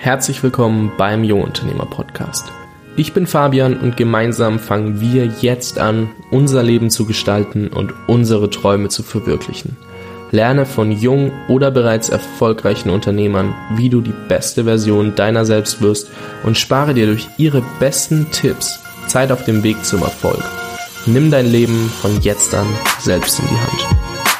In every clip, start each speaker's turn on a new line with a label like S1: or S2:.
S1: Herzlich willkommen beim Jungunternehmer-Podcast. Ich bin Fabian und gemeinsam fangen wir jetzt an, unser Leben zu gestalten und unsere Träume zu verwirklichen. Lerne von jungen oder bereits erfolgreichen Unternehmern, wie du die beste Version deiner selbst wirst und spare dir durch ihre besten Tipps Zeit auf dem Weg zum Erfolg. Nimm dein Leben von jetzt an selbst in die Hand.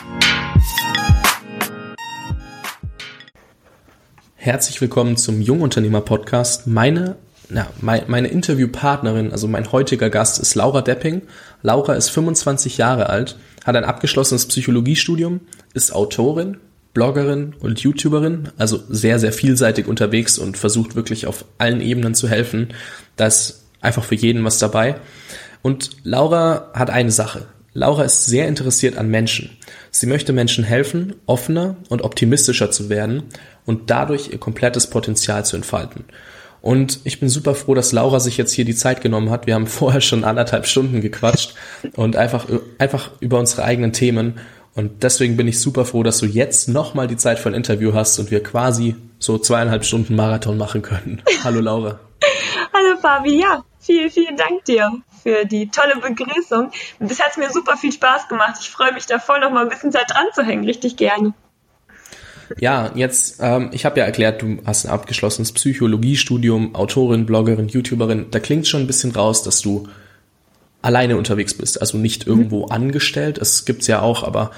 S1: Herzlich willkommen zum Jungunternehmer-Podcast. Meine Interviewpartnerin, also mein heutiger Gast, ist Laura Depping. Laura ist 25 Jahre alt, hat ein abgeschlossenes Psychologiestudium, ist Autorin, Bloggerin und YouTuberin, also sehr, sehr vielseitig unterwegs und versucht wirklich auf allen Ebenen zu helfen. Da ist einfach für jeden was dabei. Und Laura hat eine Sache. Laura ist sehr interessiert an Menschen. Sie möchte Menschen helfen, offener und optimistischer zu werden und dadurch ihr komplettes Potenzial zu entfalten. Und ich bin super froh, dass Laura sich jetzt hier die Zeit genommen hat. Wir haben vorher schon 1,5 Stunden gequatscht und einfach über unsere eigenen Themen. Und deswegen bin ich super froh, dass du jetzt nochmal die Zeit für ein Interview hast und wir quasi so 2,5 Stunden Marathon machen können. Hallo Laura.
S2: Hallo Fabi, ja, vielen Dank dir für die tolle Begrüßung. Das hat mir super viel Spaß gemacht. Ich freue mich da voll noch mal ein bisschen Zeit dran zu hängen, richtig gerne.
S1: Ja, jetzt, ich habe ja erklärt, du hast ein abgeschlossenes Psychologiestudium, Autorin, Bloggerin, YouTuberin. Da klingt schon ein bisschen raus, dass du alleine unterwegs bist, also nicht irgendwo angestellt. Es gibt's ja auch, aber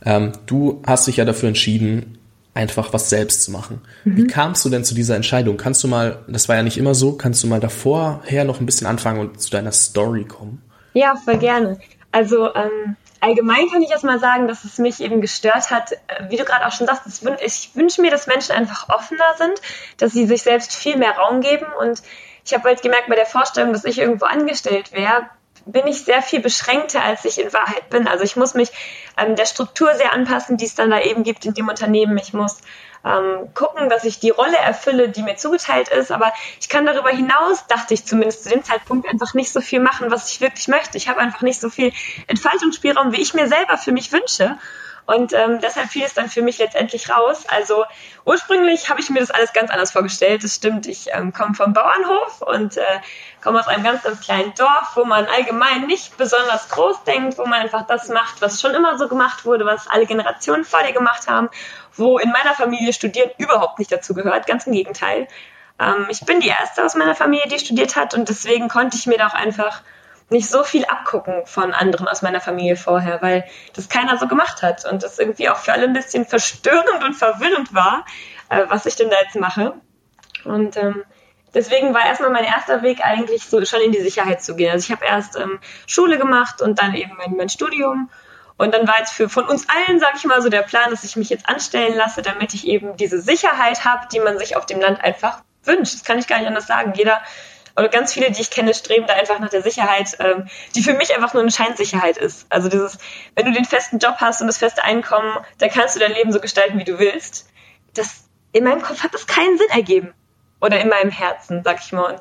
S1: du hast dich ja dafür entschieden, einfach was selbst zu machen. Wie kamst du denn zu dieser Entscheidung? Kannst du mal, das war ja nicht immer so, kannst du mal davorher noch ein bisschen anfangen und zu deiner Story kommen?
S2: Ja, voll gerne. Also allgemein kann ich erst mal sagen, dass es mich eben gestört hat, wie du gerade auch schon sagst, ich wünsche mir, dass Menschen einfach offener sind, dass sie sich selbst viel mehr Raum geben. Und ich habe halt gemerkt, bei der Vorstellung, dass ich irgendwo angestellt wäre, bin ich sehr viel beschränkter, als ich in Wahrheit bin. Also ich muss mich der Struktur sehr anpassen, die es dann da eben gibt in dem Unternehmen. Ich muss gucken, dass ich die Rolle erfülle, die mir zugeteilt ist. Aber ich kann darüber hinaus, dachte ich zumindest zu dem Zeitpunkt, einfach nicht so viel machen, was ich wirklich möchte. Ich habe einfach nicht so viel Entfaltungsspielraum, wie ich mir selber für mich wünsche. Und deshalb fiel es dann für mich letztendlich raus. Also ursprünglich habe ich mir das alles ganz anders vorgestellt. Das stimmt, ich komme vom Bauernhof und komme aus einem ganz, ganz kleinen Dorf, wo man allgemein nicht besonders groß denkt, wo man einfach das macht, was schon immer so gemacht wurde, was alle Generationen vor dir gemacht haben, wo in meiner Familie Studieren überhaupt nicht dazu gehört, ganz im Gegenteil. Ich bin die Erste aus meiner Familie, die studiert hat und deswegen konnte ich mir da auch einfach nicht so viel abgucken von anderen aus meiner Familie vorher, weil das keiner so gemacht hat und das irgendwie auch für alle ein bisschen verstörend und verwirrend war, was ich denn da jetzt mache. Und deswegen war erstmal mein erster Weg eigentlich so schon in die Sicherheit zu gehen. Also ich habe erst Schule gemacht und dann eben mein Studium. Und dann war jetzt von uns allen, sage ich mal, so der Plan, dass ich mich jetzt anstellen lasse, damit ich eben diese Sicherheit habe, die man sich auf dem Land einfach wünscht. Das kann ich gar nicht anders sagen. Oder ganz viele, die ich kenne, streben da einfach nach der Sicherheit, die für mich einfach nur eine Scheinsicherheit ist. Also wenn du den festen Job hast und das feste Einkommen, dann kannst du dein Leben so gestalten, wie du willst. In meinem Kopf hat das keinen Sinn ergeben. Oder in meinem Herzen, sag ich mal. Und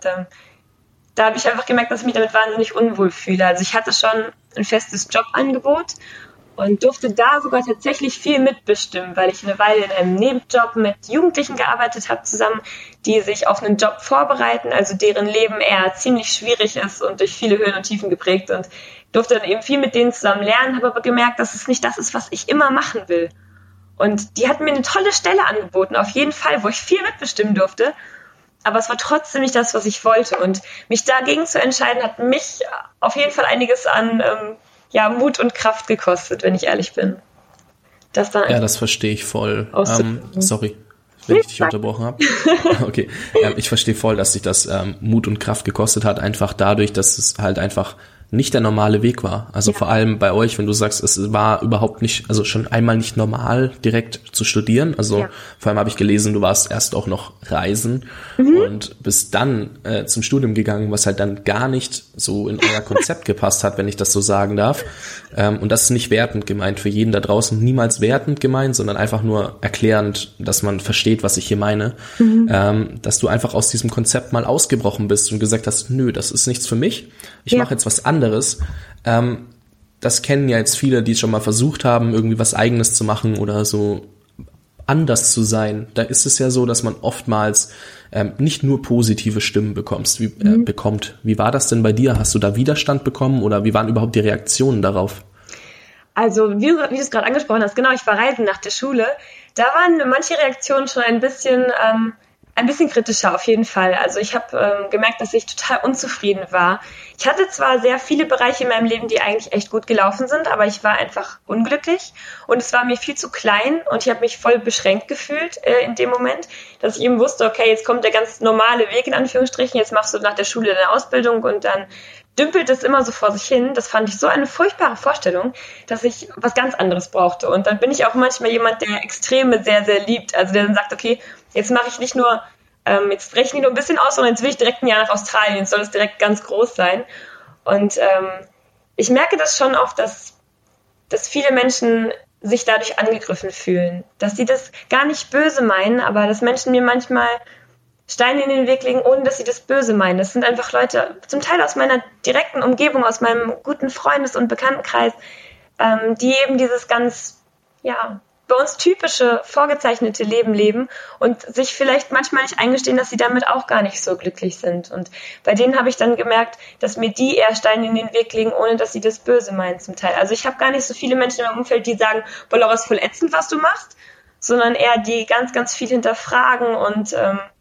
S2: da habe ich einfach gemerkt, dass ich mich damit wahnsinnig unwohl fühle. Also ich hatte schon ein festes Jobangebot und durfte da sogar tatsächlich viel mitbestimmen, weil ich eine Weile in einem Nebenjob mit Jugendlichen gearbeitet habe zusammen, die sich auf einen Job vorbereiten, also deren Leben eher ziemlich schwierig ist und durch viele Höhen und Tiefen geprägt und durfte dann eben viel mit denen zusammen lernen, habe aber gemerkt, dass es nicht das ist, was ich immer machen will. Und die hatten mir eine tolle Stelle angeboten, auf jeden Fall, wo ich viel mitbestimmen durfte, aber es war trotzdem nicht das, was ich wollte und mich dagegen zu entscheiden, hat mich auf jeden Fall einiges an Mut und Kraft gekostet, wenn ich ehrlich bin.
S1: Das verstehe ich voll. Sorry, wenn ich dich unterbrochen habe. Okay, ich verstehe voll, dass sich das Mut und Kraft gekostet hat, einfach dadurch, dass es halt einfach nicht der normale Weg war. Also vor allem bei euch, wenn du sagst, es war überhaupt nicht, also schon einmal nicht normal, direkt zu studieren. Also vor allem habe ich gelesen, du warst erst auch noch reisen und bist dann zum Studium gegangen, was halt dann gar nicht so in euer Konzept gepasst hat, wenn ich das so sagen darf. Und das ist nicht wertend gemeint für jeden da draußen, niemals wertend gemeint, sondern einfach nur erklärend, dass man versteht, was ich hier meine. Dass du einfach aus diesem Konzept mal ausgebrochen bist und gesagt hast, nö, das ist nichts für mich. Ich mache jetzt was anderes. Das kennen ja jetzt viele, die schon mal versucht haben, irgendwie was Eigenes zu machen oder so anders zu sein, da ist es ja so, dass man oftmals nicht nur positive Stimmen bekommt. Wie war das denn bei dir? Hast du da Widerstand bekommen oder wie waren überhaupt die Reaktionen darauf?
S2: Also, wie du es gerade angesprochen hast, genau, ich war reisen nach der Schule. Da waren manche Reaktionen schon ein bisschen kritischer auf jeden Fall. Also ich habe gemerkt, dass ich total unzufrieden war. Ich hatte zwar sehr viele Bereiche in meinem Leben, die eigentlich echt gut gelaufen sind, aber ich war einfach unglücklich und es war mir viel zu klein und ich habe mich voll beschränkt gefühlt in dem Moment, dass ich eben wusste, okay, jetzt kommt der ganz normale Weg in Anführungsstrichen, jetzt machst du nach der Schule deine Ausbildung und dann dümpelt es immer so vor sich hin. Das fand ich so eine furchtbare Vorstellung, dass ich was ganz anderes brauchte. Und dann bin ich auch manchmal jemand, der Extreme sehr, sehr liebt. Also der dann sagt, okay, jetzt mache ich nicht nur, jetzt breche ich nicht nur ein bisschen aus, sondern jetzt will ich direkt ein Jahr nach Australien. Jetzt soll es direkt ganz groß sein. Und ich merke das schon oft, dass viele Menschen sich dadurch angegriffen fühlen. Dass sie das gar nicht böse meinen, aber dass Menschen mir manchmal Steine in den Weg legen, ohne dass sie das böse meinen. Das sind einfach Leute, zum Teil aus meiner direkten Umgebung, aus meinem guten Freundes- und Bekanntenkreis, die eben dieses ganz, ja, bei uns typische, vorgezeichnete Leben leben und sich vielleicht manchmal nicht eingestehen, dass sie damit auch gar nicht so glücklich sind. Und bei denen habe ich dann gemerkt, dass mir die eher Steine in den Weg legen, ohne dass sie das böse meinen zum Teil. Also ich habe gar nicht so viele Menschen in meinem Umfeld, die sagen, boah, Laura, ist voll ätzend, was du machst, sondern eher die ganz, ganz viel hinterfragen und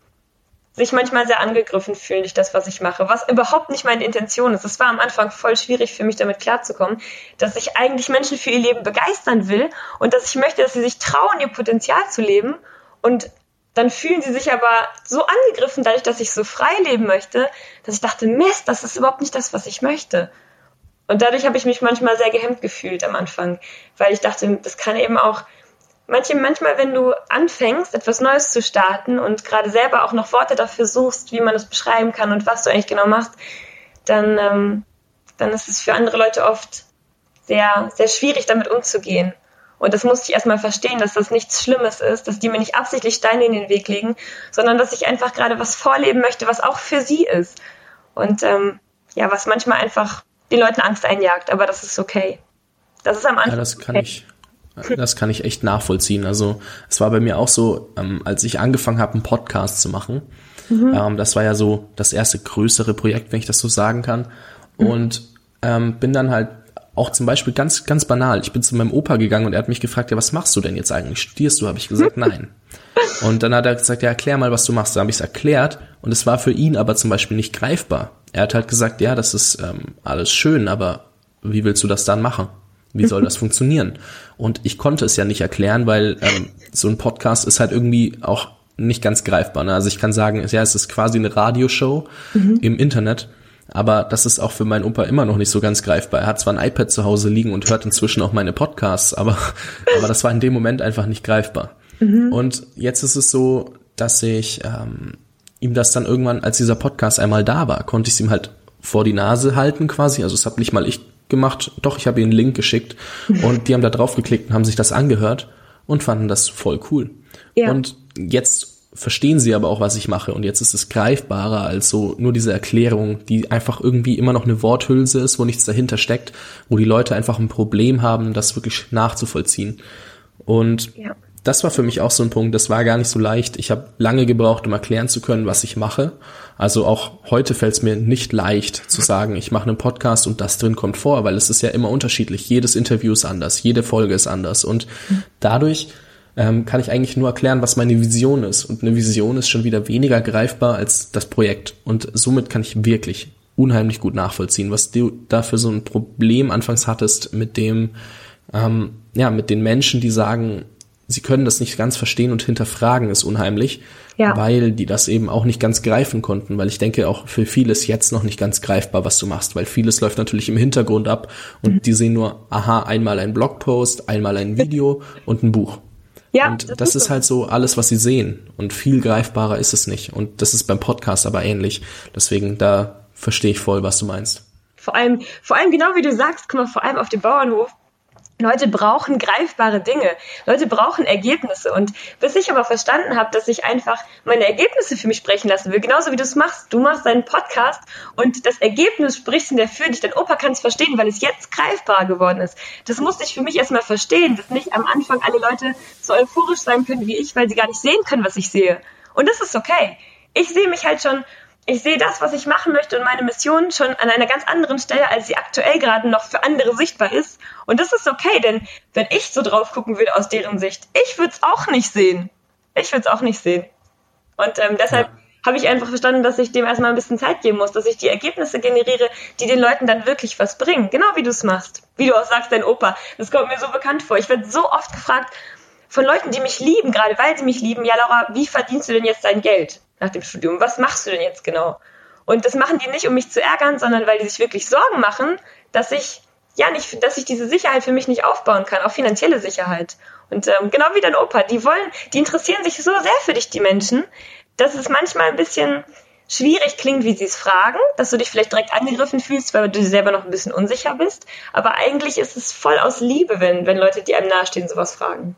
S2: sich manchmal sehr angegriffen fühlen durch das, was ich mache, was überhaupt nicht meine Intention ist. Es war am Anfang voll schwierig für mich, damit klarzukommen, dass ich eigentlich Menschen für ihr Leben begeistern will und dass ich möchte, dass sie sich trauen, ihr Potenzial zu leben und dann fühlen sie sich aber so angegriffen dadurch, dass ich so frei leben möchte, dass ich dachte, Mist, das ist überhaupt nicht das, was ich möchte. Und dadurch habe ich mich manchmal sehr gehemmt gefühlt am Anfang, weil ich dachte, das kann eben auch manchmal, wenn du anfängst, etwas Neues zu starten und gerade selber auch noch Worte dafür suchst, wie man es beschreiben kann und was du eigentlich genau machst, dann ist es für andere Leute oft sehr, sehr schwierig, damit umzugehen. Und das musste ich erstmal verstehen, dass das nichts Schlimmes ist, dass die mir nicht absichtlich Steine in den Weg legen, sondern dass ich einfach gerade was vorleben möchte, was auch für sie ist. Und was manchmal einfach den Leuten Angst einjagt, aber das ist okay. Das ist am Anfang.
S1: Ja, das kann ich echt nachvollziehen. Also es war bei mir auch so, als ich angefangen habe, einen Podcast zu machen. Das war ja so das erste größere Projekt, wenn ich das so sagen kann. Und bin dann halt auch zum Beispiel ganz, ganz banal. Ich bin zu meinem Opa gegangen und er hat mich gefragt, ja, was machst du denn jetzt eigentlich? Studierst du? Habe ich gesagt, nein. Und dann hat er gesagt, ja, erklär mal, was du machst. Da habe ich es erklärt und es war für ihn aber zum Beispiel nicht greifbar. Er hat halt gesagt, ja, das ist alles schön, aber wie willst du das dann machen? Wie soll das funktionieren? Und ich konnte es ja nicht erklären, weil so ein Podcast ist halt irgendwie auch nicht ganz greifbar. Ne? Also ich kann sagen, ja, es ist quasi eine Radioshow im Internet, aber das ist auch für meinen Opa immer noch nicht so ganz greifbar. Er hat zwar ein iPad zu Hause liegen und hört inzwischen auch meine Podcasts, aber das war in dem Moment einfach nicht greifbar. Und jetzt ist es so, dass ich ihm das dann irgendwann, als dieser Podcast einmal da war, konnte ich es ihm halt vor die Nase halten quasi. Also es habe nicht mal ich gemacht, doch, ich habe ihnen einen Link geschickt und die haben da drauf geklickt und haben sich das angehört und fanden das voll cool. Ja. Und jetzt verstehen sie aber auch, was ich mache und jetzt ist es greifbarer als so nur diese Erklärung, die einfach irgendwie immer noch eine Worthülse ist, wo nichts dahinter steckt, wo die Leute einfach ein Problem haben, das wirklich nachzuvollziehen. Und das war für mich auch so ein Punkt, das war gar nicht so leicht. Ich habe lange gebraucht, um erklären zu können, was ich mache. Also auch heute fällt es mir nicht leicht zu sagen, ich mache einen Podcast und das drin kommt vor, weil es ist ja immer unterschiedlich. Jedes Interview ist anders, jede Folge ist anders und dadurch kann ich eigentlich nur erklären, was meine Vision ist. Und eine Vision ist schon wieder weniger greifbar als das Projekt. Und somit kann ich wirklich unheimlich gut nachvollziehen, was du da für so ein Problem anfangs hattest mit dem, mit den Menschen, die sagen, sie können das nicht ganz verstehen und hinterfragen ist unheimlich, weil die das eben auch nicht ganz greifen konnten, weil ich denke auch für vieles jetzt noch nicht ganz greifbar, was du machst, weil vieles läuft natürlich im Hintergrund ab und die sehen nur, einmal ein Blogpost, einmal ein Video und ein Buch. Ja, und das ist halt so alles, was sie sehen und viel greifbarer ist es nicht und das ist beim Podcast aber ähnlich, deswegen da verstehe ich voll, was du meinst.
S2: Vor allem genau wie du sagst, guck mal, vor allem auf dem Bauernhof, Leute brauchen greifbare Dinge. Leute brauchen Ergebnisse. Und bis ich aber verstanden habe, dass ich einfach meine Ergebnisse für mich sprechen lassen will, genauso wie du es machst. Du machst deinen Podcast und das Ergebnis spricht hinterher für dich. Dein Opa kann es verstehen, weil es jetzt greifbar geworden ist. Das musste ich für mich erstmal verstehen, dass nicht am Anfang alle Leute so euphorisch sein können wie ich, weil sie gar nicht sehen können, was ich sehe. Und das ist okay. Ich sehe mich halt schon, ich sehe das, was ich machen möchte und meine Mission schon an einer ganz anderen Stelle, als sie aktuell gerade noch für andere sichtbar ist. Und das ist okay, denn wenn ich so drauf gucken würde aus deren Sicht, ich würde es auch nicht sehen. Und deshalb habe ich einfach verstanden, dass ich dem erstmal ein bisschen Zeit geben muss, dass ich die Ergebnisse generiere, die den Leuten dann wirklich was bringen. Genau wie du es machst. Wie du auch sagst, dein Opa. Das kommt mir so bekannt vor. Ich werde so oft gefragt von Leuten, die mich lieben, gerade weil sie mich lieben, ja Laura, wie verdienst du denn jetzt dein Geld nach dem Studium? Was machst du denn jetzt genau? Und das machen die nicht, um mich zu ärgern, sondern weil die sich wirklich Sorgen machen, dass ich diese Sicherheit für mich nicht aufbauen kann, auch finanzielle Sicherheit. Und genau wie dein Opa, die interessieren sich so sehr für dich, die Menschen, dass es manchmal ein bisschen schwierig klingt, wie sie es fragen, dass du dich vielleicht direkt angegriffen fühlst, weil du selber noch ein bisschen unsicher bist. Aber eigentlich ist es voll aus Liebe, wenn Leute, die einem nahestehen, sowas fragen.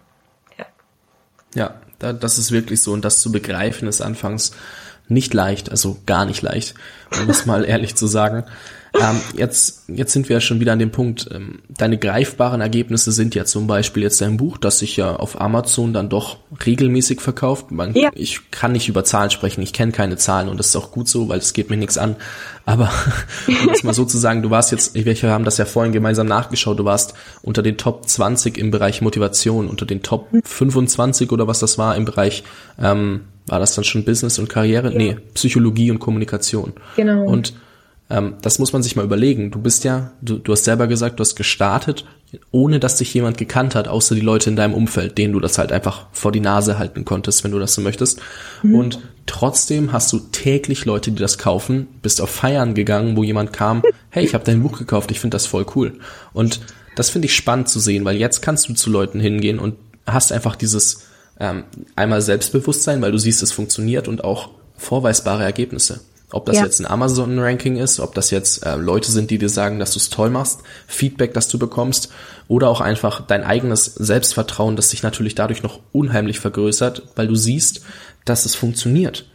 S1: Ja, das ist wirklich so. Und das zu begreifen ist anfangs nicht leicht, also gar nicht leicht, um es mal ehrlich zu sagen. Jetzt sind wir ja schon wieder an dem Punkt, deine greifbaren Ergebnisse sind ja zum Beispiel jetzt dein Buch, das sich ja auf Amazon dann doch regelmäßig verkauft. Ich kann nicht über Zahlen sprechen, ich kenne keine Zahlen und das ist auch gut so, weil es geht mir nichts an. Aber um das mal so zu sagen, du warst jetzt, wir haben das ja vorhin gemeinsam nachgeschaut, du warst unter den Top 20 im Bereich Motivation, unter den Top 25 oder was das war im Bereich, war das dann schon Business und Karriere? Ja. Nee, Psychologie und Kommunikation.
S2: Genau.
S1: Und das muss man sich mal überlegen. Du bist ja, du hast selber gesagt, du hast gestartet, ohne dass dich jemand gekannt hat, außer die Leute in deinem Umfeld, denen du das halt einfach vor die Nase halten konntest, wenn du das so möchtest. Mhm. Und trotzdem hast du täglich Leute, die das kaufen, bist auf Feiern gegangen, wo jemand kam, hey, ich habe dein Buch gekauft, ich finde das voll cool. Und das finde ich spannend zu sehen, weil jetzt kannst du zu Leuten hingehen und hast einfach dieses einmal Selbstbewusstsein, weil du siehst, es funktioniert und auch vorweisbare Ergebnisse. Ob das jetzt ein Amazon-Ranking ist, ob das jetzt Leute sind, die dir sagen, dass du es toll machst, Feedback, das du bekommst, oder auch einfach dein eigenes Selbstvertrauen, das sich natürlich dadurch noch unheimlich vergrößert, weil du siehst, dass es funktioniert.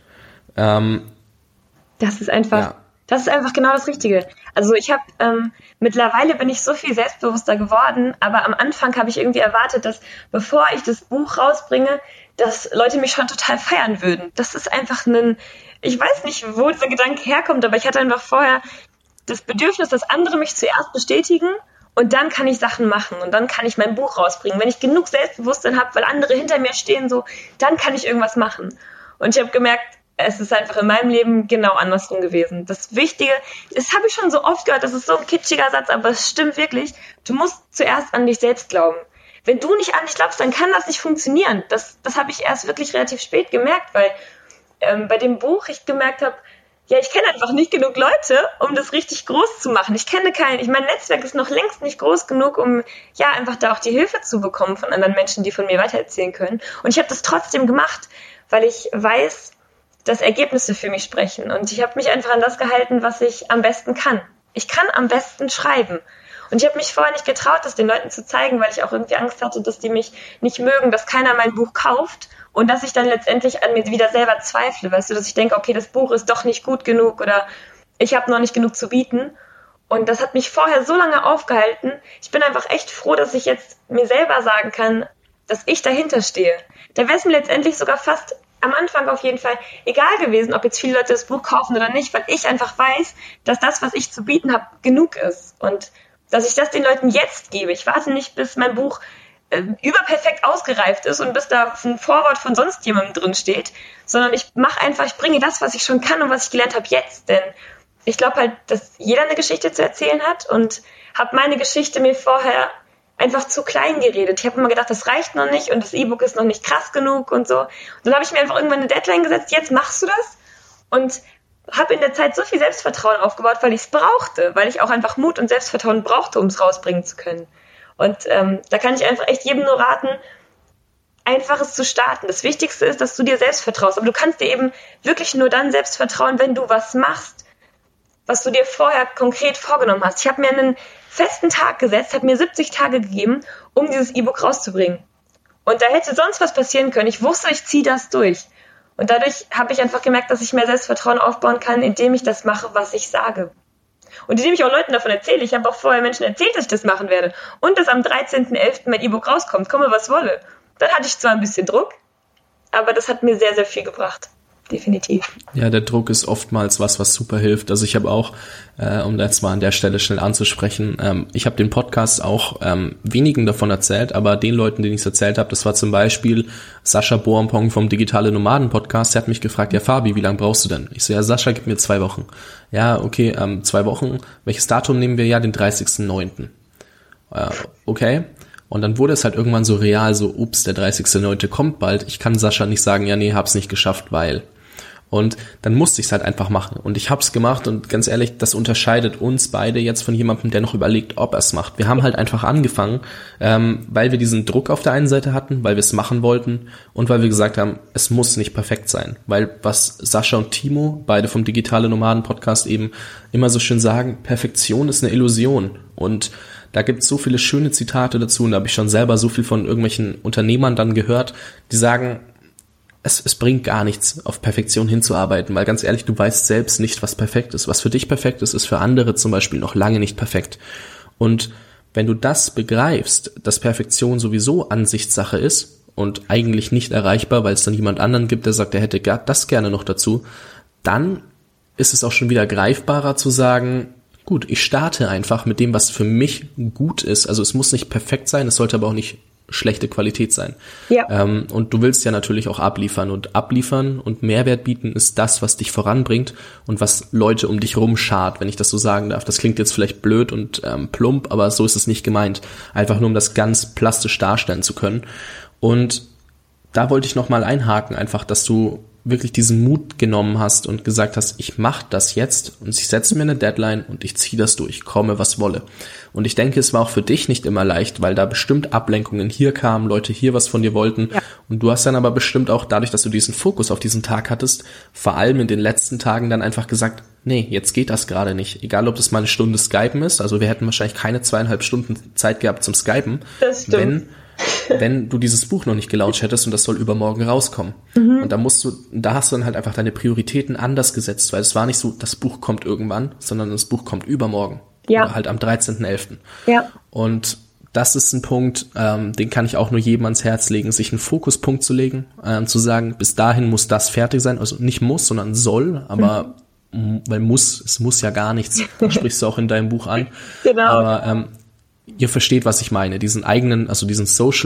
S2: Das ist einfach genau das Richtige. Also ich habe, mittlerweile bin ich so viel selbstbewusster geworden, aber am Anfang habe ich irgendwie erwartet, dass bevor ich das Buch rausbringe, dass Leute mich schon total feiern würden. Das ist einfach ich weiß nicht, wo dieser Gedanke herkommt, aber ich hatte einfach vorher das Bedürfnis, dass andere mich zuerst bestätigen und dann kann ich Sachen machen und dann kann ich mein Buch rausbringen. Wenn ich genug Selbstbewusstsein habe, weil andere hinter mir stehen, so, dann kann ich irgendwas machen. Und ich habe gemerkt, es ist einfach in meinem Leben genau andersrum gewesen. Das Wichtige, das habe ich schon so oft gehört, das ist so ein kitschiger Satz, aber es stimmt wirklich. Du musst zuerst an dich selbst glauben. Wenn du nicht an dich glaubst, dann kann das nicht funktionieren. Das habe ich erst wirklich relativ spät gemerkt, weil bei dem Buch ich gemerkt habe, ja, ich kenne einfach nicht genug Leute, um das richtig groß zu machen. Mein Netzwerk ist noch längst nicht groß genug, um ja einfach da auch die Hilfe zu bekommen von anderen Menschen, die von mir weitererzählen können. Und ich habe das trotzdem gemacht, weil ich weiß, dass Ergebnisse für mich sprechen. Und ich habe mich einfach an das gehalten, was ich am besten kann. Ich kann am besten schreiben. Und ich habe mich vorher nicht getraut, das den Leuten zu zeigen, weil ich auch irgendwie Angst hatte, dass die mich nicht mögen, dass keiner mein Buch kauft und dass ich dann letztendlich an mir wieder selber zweifle, weißt du, dass ich denke, okay, das Buch ist doch nicht gut genug oder ich habe noch nicht genug zu bieten. Und das hat mich vorher so lange aufgehalten. Ich bin einfach echt froh, dass ich jetzt mir selber sagen kann, dass ich dahinter stehe. Da wäre es mir letztendlich sogar fast am Anfang auf jeden Fall egal gewesen, ob jetzt viele Leute das Buch kaufen oder nicht, weil ich einfach weiß, dass das, was ich zu bieten habe, genug ist. Und dass ich das den Leuten jetzt gebe. Ich warte nicht, bis mein Buch überperfekt ausgereift ist und bis da ein Vorwort von sonst jemandem drin steht, sondern ich bringe das, was ich schon kann und was ich gelernt habe, jetzt. Denn ich glaube halt, dass jeder eine Geschichte zu erzählen hat und habe meine Geschichte mir vorher einfach zu klein geredet. Ich habe immer gedacht, das reicht noch nicht und das E-Book ist noch nicht krass genug und so. Und dann habe ich mir einfach irgendwann eine Deadline gesetzt, jetzt machst du das und habe in der Zeit so viel Selbstvertrauen aufgebaut, weil ich es brauchte, weil ich auch einfach Mut und Selbstvertrauen brauchte, um es rausbringen zu können. Und da kann ich einfach echt jedem nur raten, Einfaches zu starten. Das Wichtigste ist, dass du dir selbst vertraust. Aber du kannst dir eben wirklich nur dann selbst vertrauen, wenn du was machst, was du dir vorher konkret vorgenommen hast. Ich habe mir einen festen Tag gesetzt, habe mir 70 Tage gegeben, um dieses E-Book rauszubringen. Und da hätte sonst was passieren können. Ich wusste, ich ziehe das durch. Und dadurch habe ich einfach gemerkt, dass ich mehr Selbstvertrauen aufbauen kann, indem ich das mache, was ich sage. Und indem ich auch Leuten davon erzähle. Ich habe auch vorher Menschen erzählt, dass ich das machen werde. Und dass am 13.11. mein E-Book rauskommt, komme was wolle. Dann hatte ich zwar ein bisschen Druck, aber das hat mir sehr, sehr viel gebracht. Definitiv.
S1: Ja, der Druck ist oftmals was super hilft. Also ich habe auch, um das mal an der Stelle schnell anzusprechen, ich habe den Podcast auch wenigen davon erzählt, aber den Leuten, denen ich es erzählt habe, das war zum Beispiel Sascha Boampong vom Digitale Nomaden Podcast, der hat mich gefragt, ja Fabi, wie lange brauchst du denn? Ich so, ja Sascha, gib mir 2 Wochen. Ja, okay, 2 Wochen. Welches Datum nehmen wir? Ja, den 30.09. Okay. Und dann wurde es halt irgendwann so real, so, ups, der 30.09. kommt bald. Ich kann Sascha nicht sagen, ja, nee, hab's nicht geschafft, weil. Und dann musste ich es halt einfach machen. Und ich hab's gemacht und ganz ehrlich, das unterscheidet uns beide jetzt von jemandem, der noch überlegt, ob er es macht. Wir haben halt einfach angefangen, weil wir diesen Druck auf der einen Seite hatten, weil wir es machen wollten und weil wir gesagt haben, es muss nicht perfekt sein. Weil was Sascha und Timo, beide vom Digitale Nomaden Podcast eben immer so schön sagen, Perfektion ist eine Illusion. Und da gibt's so viele schöne Zitate dazu und da habe ich schon selber so viel von irgendwelchen Unternehmern dann gehört, die sagen, es bringt gar nichts, auf Perfektion hinzuarbeiten, weil ganz ehrlich, du weißt selbst nicht, was perfekt ist. Was für dich perfekt ist, ist für andere zum Beispiel noch lange nicht perfekt. Und wenn du das begreifst, dass Perfektion sowieso Ansichtssache ist und eigentlich nicht erreichbar, weil es dann jemand anderen gibt, der sagt, er hätte das gerne noch dazu, dann ist es auch schon wieder greifbarer zu sagen, gut, ich starte einfach mit dem, was für mich gut ist. Also es muss nicht perfekt sein, es sollte aber auch nicht schlechte Qualität sein. Ja. Und du willst ja natürlich auch abliefern und Mehrwert bieten ist das, was dich voranbringt und was Leute um dich rum schart, wenn ich das so sagen darf. Das klingt jetzt vielleicht blöd und plump, aber so ist es nicht gemeint. Einfach nur, um das ganz plastisch darstellen zu können. Und da wollte ich nochmal einhaken, einfach, dass du wirklich diesen Mut genommen hast und gesagt hast, ich mache das jetzt und ich setze mir eine Deadline und ich ziehe das durch, komme was wolle. Und ich denke, es war auch für dich nicht immer leicht, weil da bestimmt Ablenkungen hier kamen, Leute hier was von dir wollten. Ja. Und du hast dann aber bestimmt auch dadurch, dass du diesen Fokus auf diesen Tag hattest, vor allem in den letzten Tagen dann einfach gesagt, nee, jetzt geht das gerade nicht. Egal, ob das mal eine Stunde Skypen ist, also wir hätten wahrscheinlich keine 2,5 Stunden Zeit gehabt zum Skypen,
S2: das stimmt.
S1: wenn du dieses Buch noch nicht gelauncht hättest und das soll übermorgen rauskommen. Und da hast du dann halt einfach deine Prioritäten anders gesetzt, weil es war nicht so, das Buch kommt irgendwann, sondern das Buch kommt übermorgen. Ja. Oder halt am 13.11. Ja. Und das ist ein Punkt, den kann ich auch nur jedem ans Herz legen, sich einen Fokuspunkt zu legen, zu sagen, bis dahin muss das fertig sein, also nicht muss, sondern soll, aber weil es muss ja gar nichts, das sprichst du auch in deinem Buch an. Genau. Aber ihr versteht, was ich meine, diesen eigenen, also diesen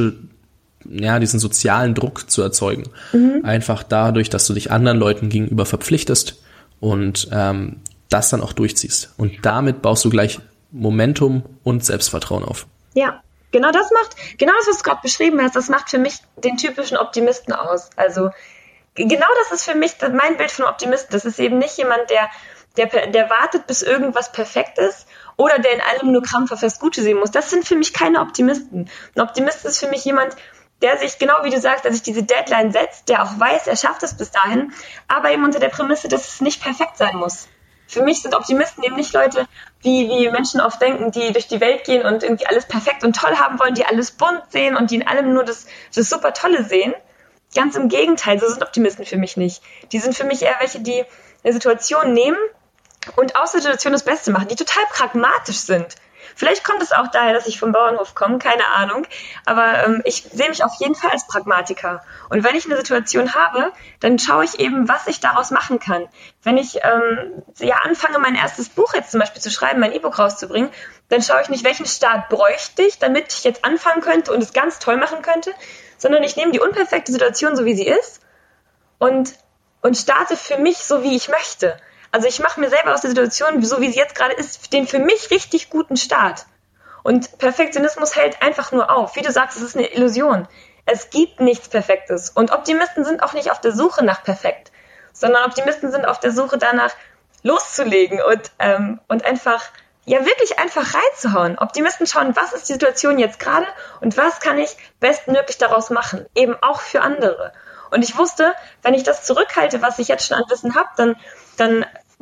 S1: diesen sozialen Druck zu erzeugen. Einfach dadurch, dass du dich anderen Leuten gegenüber verpflichtest und das dann auch durchziehst. Und damit baust du gleich Momentum und Selbstvertrauen auf.
S2: Ja, genau das, was du gerade beschrieben hast, das macht für mich den typischen Optimisten aus. Also genau das ist für mich mein Bild von Optimisten. Das ist eben nicht jemand, der wartet, bis irgendwas perfekt ist oder der in allem nur krampfhaft das Gute sehen muss. Das sind für mich keine Optimisten. Ein Optimist ist für mich jemand, der sich, genau wie du sagst, der sich diese Deadline setzt, der auch weiß, er schafft es bis dahin, aber eben unter der Prämisse, dass es nicht perfekt sein muss. Für mich sind Optimisten eben nicht Leute, wie Menschen oft denken, die durch die Welt gehen und irgendwie alles perfekt und toll haben wollen, die alles bunt sehen und die in allem nur das super Tolle sehen. Ganz im Gegenteil, so sind Optimisten für mich nicht. Die sind für mich eher welche, die eine Situation nehmen und aus der Situation das Beste machen, die total pragmatisch sind. Vielleicht kommt es auch daher, dass ich vom Bauernhof komme, keine Ahnung, aber ich sehe mich auf jeden Fall als Pragmatiker. Und wenn ich eine Situation habe, dann schaue ich eben, was ich daraus machen kann. Wenn ich anfange, mein erstes Buch jetzt zum Beispiel zu schreiben, mein E-Book rauszubringen, dann schaue ich nicht, welchen Start bräuchte ich, damit ich jetzt anfangen könnte und es ganz toll machen könnte, sondern ich nehme die unperfekte Situation, so wie sie ist, und starte für mich, so wie ich möchte. Also ich mache mir selber aus der Situation, so wie sie jetzt gerade ist, den für mich richtig guten Start. Und Perfektionismus hält einfach nur auf. Wie du sagst, es ist eine Illusion. Es gibt nichts Perfektes. Und Optimisten sind auch nicht auf der Suche nach perfekt, sondern Optimisten sind auf der Suche danach, loszulegen und einfach, wirklich einfach reinzuhauen. Optimisten schauen, was ist die Situation jetzt gerade und was kann ich bestmöglich daraus machen, eben auch für andere. Und ich wusste, wenn ich das zurückhalte, was ich jetzt schon an Wissen habe, dann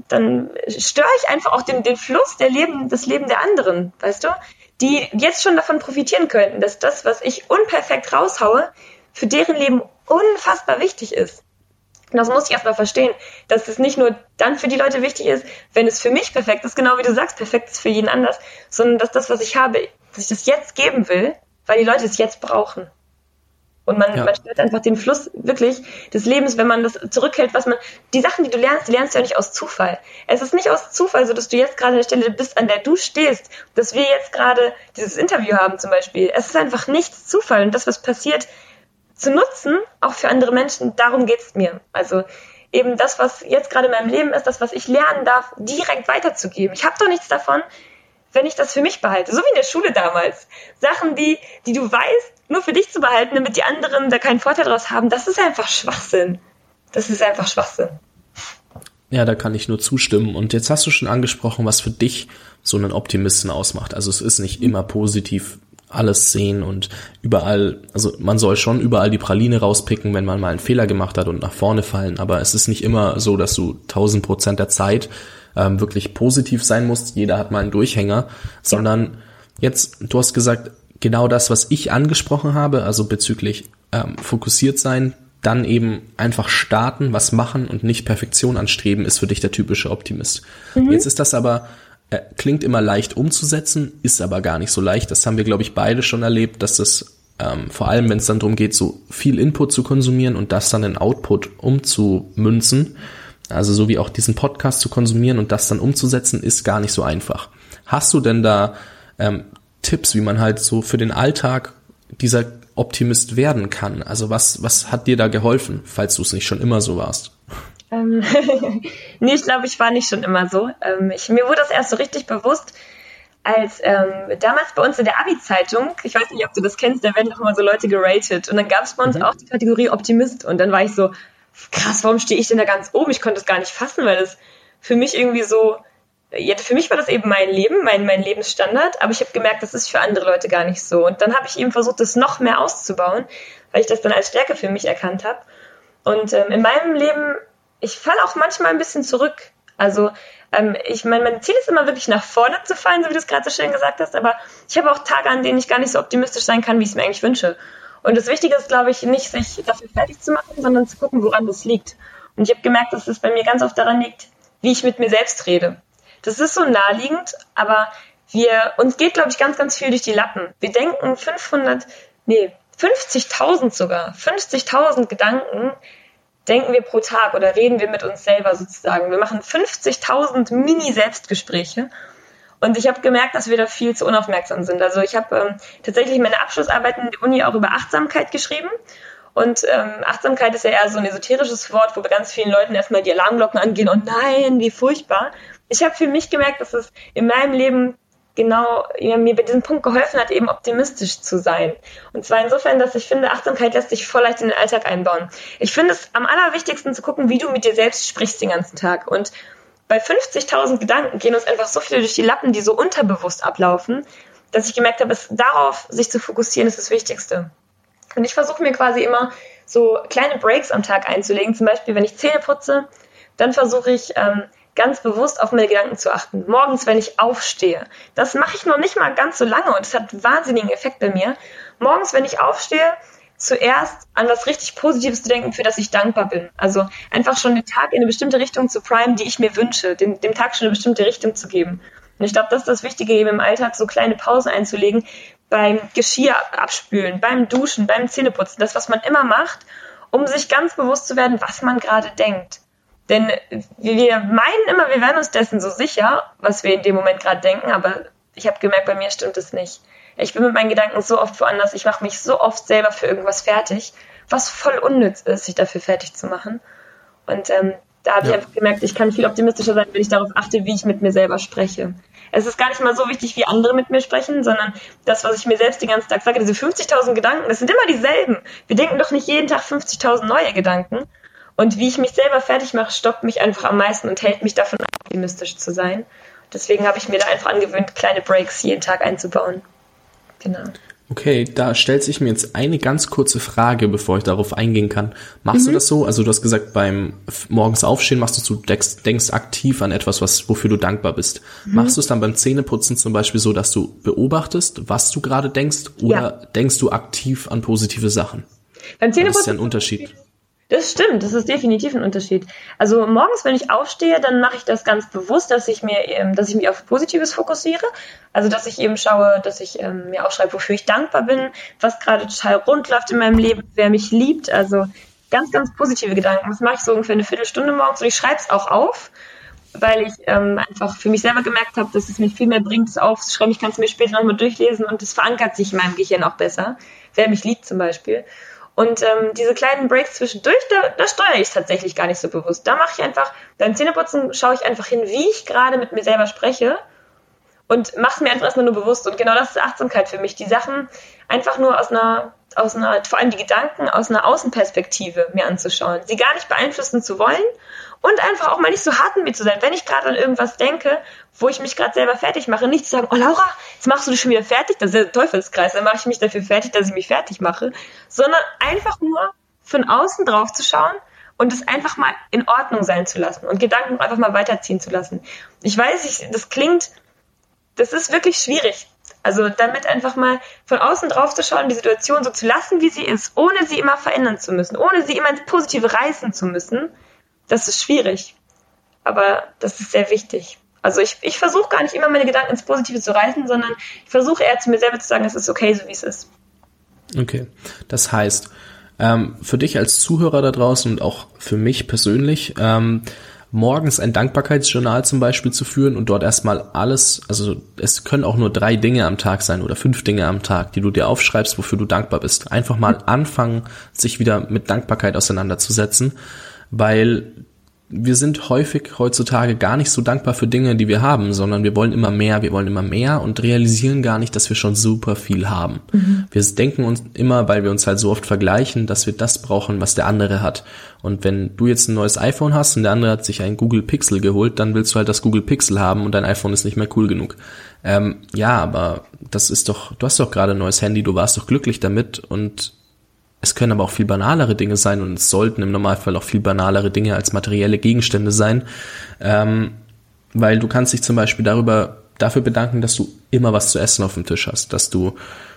S2: störe ich einfach auch den Fluss das Leben der anderen, weißt du? Die jetzt schon davon profitieren könnten, dass das, was ich unperfekt raushaue, für deren Leben unfassbar wichtig ist. Und das muss ich erstmal verstehen, dass es nicht nur dann für die Leute wichtig ist, wenn es für mich perfekt ist, genau wie du sagst, perfekt ist für jeden anders, sondern dass das, was ich habe, dass ich das jetzt geben will, weil die Leute es jetzt brauchen. Und man stört einfach den Fluss wirklich des Lebens, wenn man das zurückhält, die Sachen, die lernst du ja nicht aus Zufall. Es ist nicht aus Zufall so, dass du jetzt gerade an der Stelle bist, an der du stehst, dass wir jetzt gerade dieses Interview haben zum Beispiel. Es ist einfach nichts Zufall. Und das, was passiert, zu nutzen, auch für andere Menschen, darum geht's mir. Also eben das, was jetzt gerade in meinem Leben ist, das, was ich lernen darf, direkt weiterzugeben. Ich habe doch nichts davon, wenn ich das für mich behalte. So wie in der Schule damals. Sachen, die du weißt, nur für dich zu behalten, damit die anderen da keinen Vorteil draus haben, das ist einfach Schwachsinn. Das ist einfach Schwachsinn.
S1: Ja, da kann ich nur zustimmen. Und jetzt hast du schon angesprochen, was für dich so einen Optimisten ausmacht. Also es ist nicht immer positiv alles sehen und überall, also man soll schon überall die Praline rauspicken, wenn man mal einen Fehler gemacht hat und nach vorne fallen, aber es ist nicht immer so, dass du 1000% der Zeit wirklich positiv sein musst, jeder hat mal einen Durchhänger, sondern jetzt, du hast gesagt, genau das, was ich angesprochen habe, also bezüglich fokussiert sein, dann eben einfach starten, was machen und nicht Perfektion anstreben, ist für dich der typische Optimist. Jetzt ist das aber klingt immer leicht umzusetzen, ist aber gar nicht so leicht. Das haben wir, glaube ich, beide schon erlebt, dass das vor allem, wenn es dann darum geht, so viel Input zu konsumieren und das dann in Output umzumünzen, also so wie auch diesen Podcast zu konsumieren und das dann umzusetzen, ist gar nicht so einfach. Hast du denn da Tipps, wie man halt so für den Alltag dieser Optimist werden kann? Also was hat dir da geholfen, falls du es nicht schon immer so warst?
S2: Nee, ich glaube, ich war nicht schon immer so. Mir wurde das erst so richtig bewusst, als damals bei uns in der Abi-Zeitung, ich weiß nicht, ob du das kennst, da werden doch immer so Leute geratet. Und dann gab es bei uns auch die Kategorie Optimist. Und dann war ich so, krass, warum stehe ich denn da ganz oben? Ich konnte das gar nicht fassen, weil das für mich irgendwie so, für mich war das eben mein Leben, mein Lebensstandard. Aber ich habe gemerkt, das ist für andere Leute gar nicht so. Und dann habe ich eben versucht, das noch mehr auszubauen, weil ich das dann als Stärke für mich erkannt habe. Und in meinem Leben, ich falle auch manchmal ein bisschen zurück. Also mein Ziel ist immer wirklich nach vorne zu fallen, so wie du es gerade so schön gesagt hast, aber ich habe auch Tage, an denen ich gar nicht so optimistisch sein kann, wie ich es mir eigentlich wünsche. Und das Wichtige ist, glaube ich, nicht sich dafür fertig zu machen, sondern zu gucken, woran das liegt. Und ich habe gemerkt, dass es bei mir ganz oft daran liegt, wie ich mit mir selbst rede. Das ist so naheliegend, aber uns geht, glaube ich, ganz, ganz viel durch die Lappen. Wir denken 50.000 sogar, 50.000 Gedanken denken wir pro Tag oder reden wir mit uns selber sozusagen. Wir machen 50.000 Mini-Selbstgespräche und ich habe gemerkt, dass wir da viel zu unaufmerksam sind. Also ich habe tatsächlich meine Abschlussarbeiten in der Uni auch über Achtsamkeit geschrieben und Achtsamkeit ist ja eher so ein esoterisches Wort, wo bei ganz vielen Leuten erstmal die Alarmglocken angehen und nein, wie furchtbar. Ich habe für mich gemerkt, dass es in meinem Leben genau mir bei diesem Punkt geholfen hat, eben optimistisch zu sein. Und zwar insofern, dass ich finde, Achtsamkeit lässt sich voll leicht in den Alltag einbauen. Ich finde es am allerwichtigsten zu gucken, wie du mit dir selbst sprichst den ganzen Tag. Und bei 50.000 Gedanken gehen uns einfach so viele durch die Lappen, die so unterbewusst ablaufen, dass ich gemerkt habe, darauf sich zu fokussieren, ist das Wichtigste. Und ich versuche mir quasi immer so kleine Breaks am Tag einzulegen. Zum Beispiel, wenn ich Zähne putze, dann versuche ich ganz bewusst auf meine Gedanken zu achten. Morgens, wenn ich aufstehe. Das mache ich noch nicht mal ganz so lange und es hat einen wahnsinnigen Effekt bei mir. Morgens, wenn ich aufstehe, zuerst an was richtig Positives zu denken, für das ich dankbar bin. Also einfach schon den Tag in eine bestimmte Richtung zu primen, die ich mir wünsche. Dem Tag schon eine bestimmte Richtung zu geben. Und ich glaube, das ist das Wichtige, eben im Alltag so kleine Pausen einzulegen, beim Geschirr abspülen, beim Duschen, beim Zähneputzen. Das, was man immer macht, um sich ganz bewusst zu werden, was man gerade denkt. Denn wir meinen immer, wir wären uns dessen so sicher, was wir in dem Moment gerade denken, aber ich habe gemerkt, bei mir stimmt es nicht. Ich bin mit meinen Gedanken so oft woanders, ich mache mich so oft selber für irgendwas fertig, was voll unnütz ist, sich dafür fertig zu machen. Und da habe ich einfach gemerkt, ich kann viel optimistischer sein, wenn ich darauf achte, wie ich mit mir selber spreche. Es ist gar nicht mal so wichtig, wie andere mit mir sprechen, sondern das, was ich mir selbst den ganzen Tag sage, diese 50.000 Gedanken, das sind immer dieselben. Wir denken doch nicht jeden Tag 50.000 neue Gedanken. Und wie ich mich selber fertig mache, stoppt mich einfach am meisten und hält mich davon ab, optimistisch zu sein. Deswegen habe ich mir da einfach angewöhnt, kleine Breaks jeden Tag einzubauen. Genau.
S1: Okay, da stellt sich mir jetzt eine ganz kurze Frage, bevor ich darauf eingehen kann. Machst du das so? Also du hast gesagt, beim morgens Aufstehen denkst aktiv an etwas, wofür du dankbar bist. Machst du es dann beim Zähneputzen zum Beispiel so, dass du beobachtest, was du gerade denkst, oder denkst du aktiv an positive Sachen?
S2: Beim Zähneputzen,
S1: das ist ja ein Unterschied.
S2: Das stimmt, das ist definitiv ein Unterschied. Also morgens, wenn ich aufstehe, dann mache ich das ganz bewusst, dass ich mich auf Positives fokussiere. Also dass ich eben schaue, dass ich mir aufschreibe, wofür ich dankbar bin, was gerade total rund läuft in meinem Leben, wer mich liebt. Also ganz, ganz positive Gedanken. Das mache ich so ungefähr eine Viertelstunde morgens und ich schreibe es auch auf, weil ich einfach für mich selber gemerkt habe, dass es mir viel mehr bringt, es aufzuschreiben. Ich kann es mir später nochmal durchlesen und es verankert sich in meinem Gehirn auch besser. Wer mich liebt zum Beispiel. Und diese kleinen Breaks zwischendurch, da steuere ich tatsächlich gar nicht so bewusst. Da mache ich einfach, beim Zähneputzen schaue ich einfach hin, wie ich gerade mit mir selber spreche und mache es mir einfach erstmal nur bewusst. Und genau das ist Achtsamkeit für mich, die Sachen einfach nur aus einer, vor allem die Gedanken aus einer Außenperspektive mir anzuschauen, sie gar nicht beeinflussen zu wollen und einfach auch mal nicht so hart mit mir zu sein. Wenn ich gerade an irgendwas denke, wo ich mich gerade selber fertig mache, nicht zu sagen, oh Laura, jetzt machst du dich schon wieder fertig, das ist der Teufelskreis, dann mache ich mich dafür fertig, dass ich mich fertig mache, sondern einfach nur von außen drauf zu schauen und es einfach mal in Ordnung sein zu lassen und Gedanken einfach mal weiterziehen zu lassen. Ich weiß, das ist wirklich schwierig. Also damit einfach mal von außen drauf zu schauen, die Situation so zu lassen, wie sie ist, ohne sie immer verändern zu müssen, ohne sie immer ins Positive reißen zu müssen, das ist schwierig. Aber das ist sehr wichtig. Also ich versuche gar nicht immer meine Gedanken ins Positive zu reißen, sondern ich versuche eher zu mir selber zu sagen, es ist okay, so wie es ist.
S1: Okay, das heißt, für dich als Zuhörer da draußen und auch für mich persönlich, morgens ein Dankbarkeitsjournal zum Beispiel zu führen und dort erstmal alles, also es können auch nur 3 Dinge am Tag sein oder 5 Dinge am Tag, die du dir aufschreibst, wofür du dankbar bist. Einfach mal anfangen, sich wieder mit Dankbarkeit auseinanderzusetzen, weil wir sind häufig heutzutage gar nicht so dankbar für Dinge, die wir haben, sondern wir wollen immer mehr und realisieren gar nicht, dass wir schon super viel haben. Wir denken uns immer, weil wir uns halt so oft vergleichen, dass wir das brauchen, was der andere hat. Und wenn du jetzt ein neues iPhone hast und der andere hat sich ein Google Pixel geholt, dann willst du halt das Google Pixel haben und dein iPhone ist nicht mehr cool genug. Ja, aber das ist doch, du hast doch gerade ein neues Handy, du warst doch glücklich damit und es können aber auch viel banalere Dinge sein und es sollten im Normalfall auch viel banalere Dinge als materielle Gegenstände sein, weil du kannst dich zum Beispiel dafür bedanken, dass du immer was zu essen auf dem Tisch hast, dass du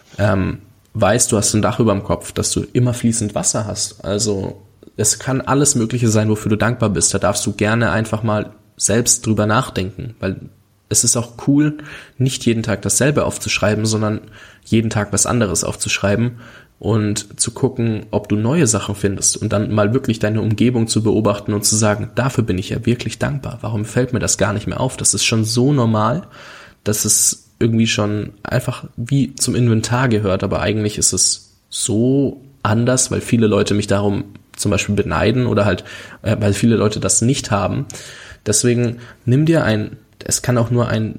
S1: weißt, du hast ein Dach über dem Kopf, dass du immer fließend Wasser hast. Also es kann alles Mögliche sein, wofür du dankbar bist. Da darfst du gerne einfach mal selbst drüber nachdenken, weil es ist auch cool, nicht jeden Tag dasselbe aufzuschreiben, sondern jeden Tag was anderes aufzuschreiben und zu gucken, ob du neue Sachen findest und dann mal wirklich deine Umgebung zu beobachten und zu sagen, dafür bin ich ja wirklich dankbar. Warum fällt mir das gar nicht mehr auf? Das ist schon so normal, dass es irgendwie schon einfach wie zum Inventar gehört, aber eigentlich ist es so anders, weil viele Leute mich darum zum Beispiel beneiden oder halt, weil viele Leute das nicht haben. Deswegen nimm dir es kann auch nur ein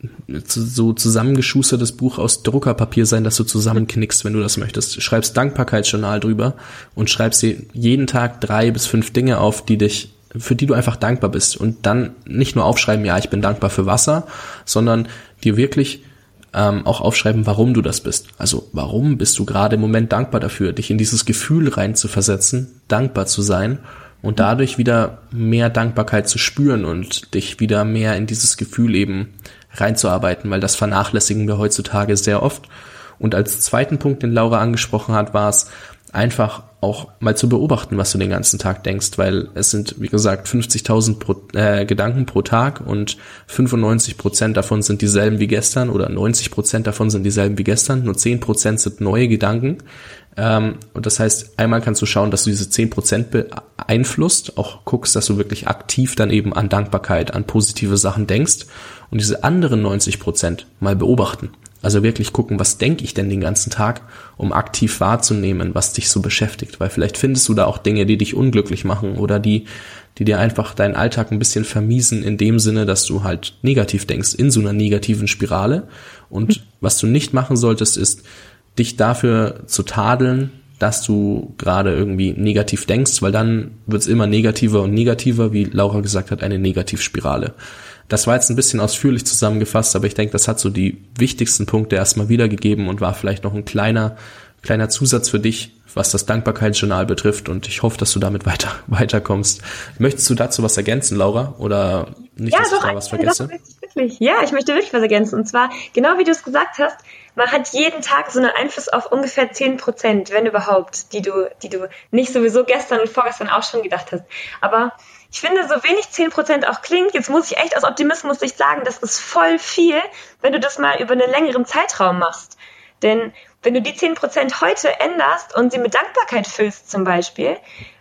S1: so zusammengeschustertes Buch aus Druckerpapier sein, das du zusammenknickst, wenn du das möchtest. Schreibst Dankbarkeitsjournal drüber und schreibst dir jeden Tag 3 bis 5 Dinge auf, für die du einfach dankbar bist. Und dann nicht nur aufschreiben, ja, ich bin dankbar für Wasser, sondern dir wirklich auch aufschreiben, warum du das bist. Also warum bist du gerade im Moment dankbar dafür, dich in dieses Gefühl rein zu versetzen, dankbar zu sein und dadurch wieder mehr Dankbarkeit zu spüren und dich wieder mehr in dieses Gefühl eben reinzuarbeiten, weil das vernachlässigen wir heutzutage sehr oft. Und als zweiten Punkt, den Laura angesprochen hat, war es einfach auch mal zu beobachten, was du den ganzen Tag denkst, weil es sind, wie gesagt, 50.000 Gedanken pro Tag und 95% davon sind dieselben wie gestern oder 90% davon sind dieselben wie gestern, nur 10% sind neue Gedanken. Und das heißt, einmal kannst du schauen, dass du diese 10% beeinflusst, auch guckst, dass du wirklich aktiv dann eben an Dankbarkeit, an positive Sachen denkst und diese anderen 90% mal beobachten. Also wirklich gucken, was denke ich denn den ganzen Tag, um aktiv wahrzunehmen, was dich so beschäftigt. Weil vielleicht findest du da auch Dinge, die dich unglücklich machen oder die dir einfach deinen Alltag ein bisschen vermiesen in dem Sinne, dass du halt negativ denkst, in so einer negativen Spirale. Und was du nicht machen solltest, ist, dich dafür zu tadeln, dass du gerade irgendwie negativ denkst, weil dann wird's immer negativer und negativer, wie Laura gesagt hat, eine Negativspirale. Das war jetzt ein bisschen ausführlich zusammengefasst, aber ich denke, das hat so die wichtigsten Punkte erstmal wiedergegeben und war vielleicht noch ein kleiner Zusatz für dich, was das Dankbarkeitsjournal betrifft, und ich hoffe, dass du damit weiterkommst. Möchtest du dazu was ergänzen, Laura? Oder nicht, dass ich da was vergesse?
S2: Wirklich. Ja, ich möchte wirklich was ergänzen. Und zwar, genau wie du es gesagt hast, man hat jeden Tag so einen Einfluss auf ungefähr 10%, wenn überhaupt, die du nicht sowieso gestern und vorgestern auch schon gedacht hast. Aber ich finde, so wenig 10% auch klingt, jetzt muss ich echt aus Optimismus nicht sagen, das ist voll viel, wenn du das mal über einen längeren Zeitraum machst. Denn wenn du die 10% heute änderst und sie mit Dankbarkeit füllst zum Beispiel,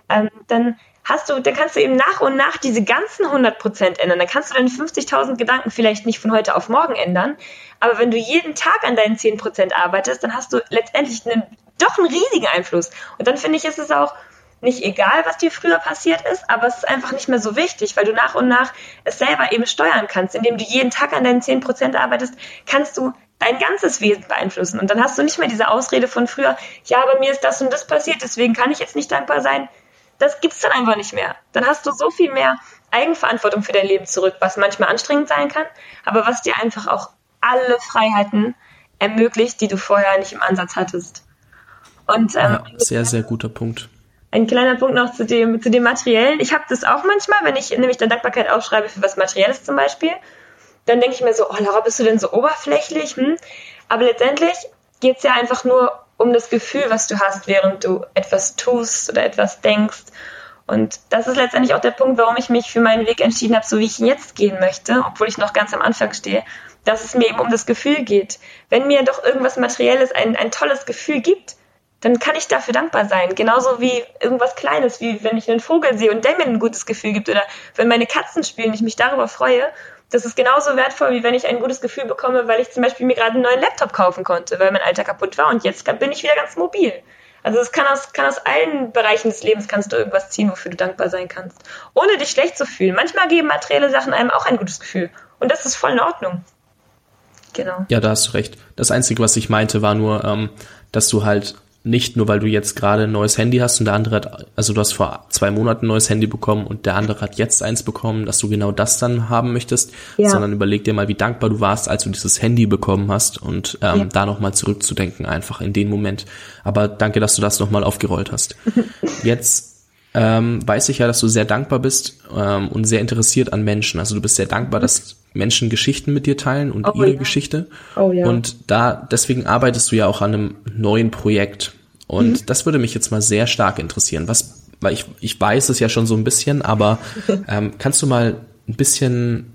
S2: dann kannst du eben nach und nach diese ganzen 100% ändern. Dann kannst du deine 50.000 Gedanken vielleicht nicht von heute auf morgen ändern, aber wenn du jeden Tag an deinen 10% arbeitest, dann hast du letztendlich doch einen riesigen Einfluss. Und dann finde ich, ist es auch nicht egal, was dir früher passiert ist, aber es ist einfach nicht mehr so wichtig, weil du nach und nach es selber eben steuern kannst. Indem du jeden Tag an deinen 10% arbeitest, kannst du dein ganzes Wesen beeinflussen. Und dann hast du nicht mehr diese Ausrede von früher, ja, bei mir ist das und das passiert, deswegen kann ich jetzt nicht dankbar sein. Das gibt's dann einfach nicht mehr. Dann hast du so viel mehr Eigenverantwortung für dein Leben zurück, was manchmal anstrengend sein kann, aber was dir einfach auch alle Freiheiten ermöglicht, die du vorher nicht im Ansatz hattest. Und
S1: ja, sehr, sehr guter Punkt.
S2: Ein kleiner Punkt noch zu dem Materiellen. Ich habe das auch manchmal, wenn ich nämlich dann Dankbarkeit aufschreibe für was Materielles zum Beispiel, dann denke ich mir so, oh Laura, bist du denn so oberflächlich? Aber letztendlich geht es ja einfach nur um das Gefühl, was du hast, während du etwas tust oder etwas denkst. Und das ist letztendlich auch der Punkt, warum ich mich für meinen Weg entschieden habe, so wie ich ihn jetzt gehen möchte, obwohl ich noch ganz am Anfang stehe, dass es mir eben um das Gefühl geht. Wenn mir doch irgendwas Materielles ein tolles Gefühl gibt, dann kann ich dafür dankbar sein. Genauso wie irgendwas Kleines, wie wenn ich einen Vogel sehe und der mir ein gutes Gefühl gibt, oder wenn meine Katzen spielen und ich mich darüber freue. Das ist genauso wertvoll, wie wenn ich ein gutes Gefühl bekomme, weil ich zum Beispiel mir gerade einen neuen Laptop kaufen konnte, weil mein alter kaputt war und jetzt bin ich wieder ganz mobil. Also es kann aus allen Bereichen des Lebens kannst du irgendwas ziehen, wofür du dankbar sein kannst. Ohne dich schlecht zu fühlen. Manchmal geben materielle Sachen einem auch ein gutes Gefühl. Und das ist voll in Ordnung. Genau.
S1: Ja, da hast du recht. Das Einzige, was ich meinte, war nur, dass du halt nicht nur, weil du jetzt gerade ein neues Handy hast und der andere du hast vor 2 Monaten ein neues Handy bekommen und der andere hat jetzt eins bekommen, dass du genau das dann haben möchtest, sondern überleg dir mal, wie dankbar du warst, als du dieses Handy bekommen hast und da nochmal zurückzudenken, einfach in den Moment. Aber danke, dass du das nochmal aufgerollt hast. Jetzt weiß ich ja, dass du sehr dankbar bist und sehr interessiert an Menschen. Also du bist sehr dankbar, dass Menschen Geschichten mit dir teilen und ihre Geschichte. Oh, ja. Und deswegen arbeitest du ja auch an einem neuen Projekt. Und das würde mich jetzt mal sehr stark interessieren. Weil ich weiß es ja schon so ein bisschen, aber kannst du mal ein bisschen,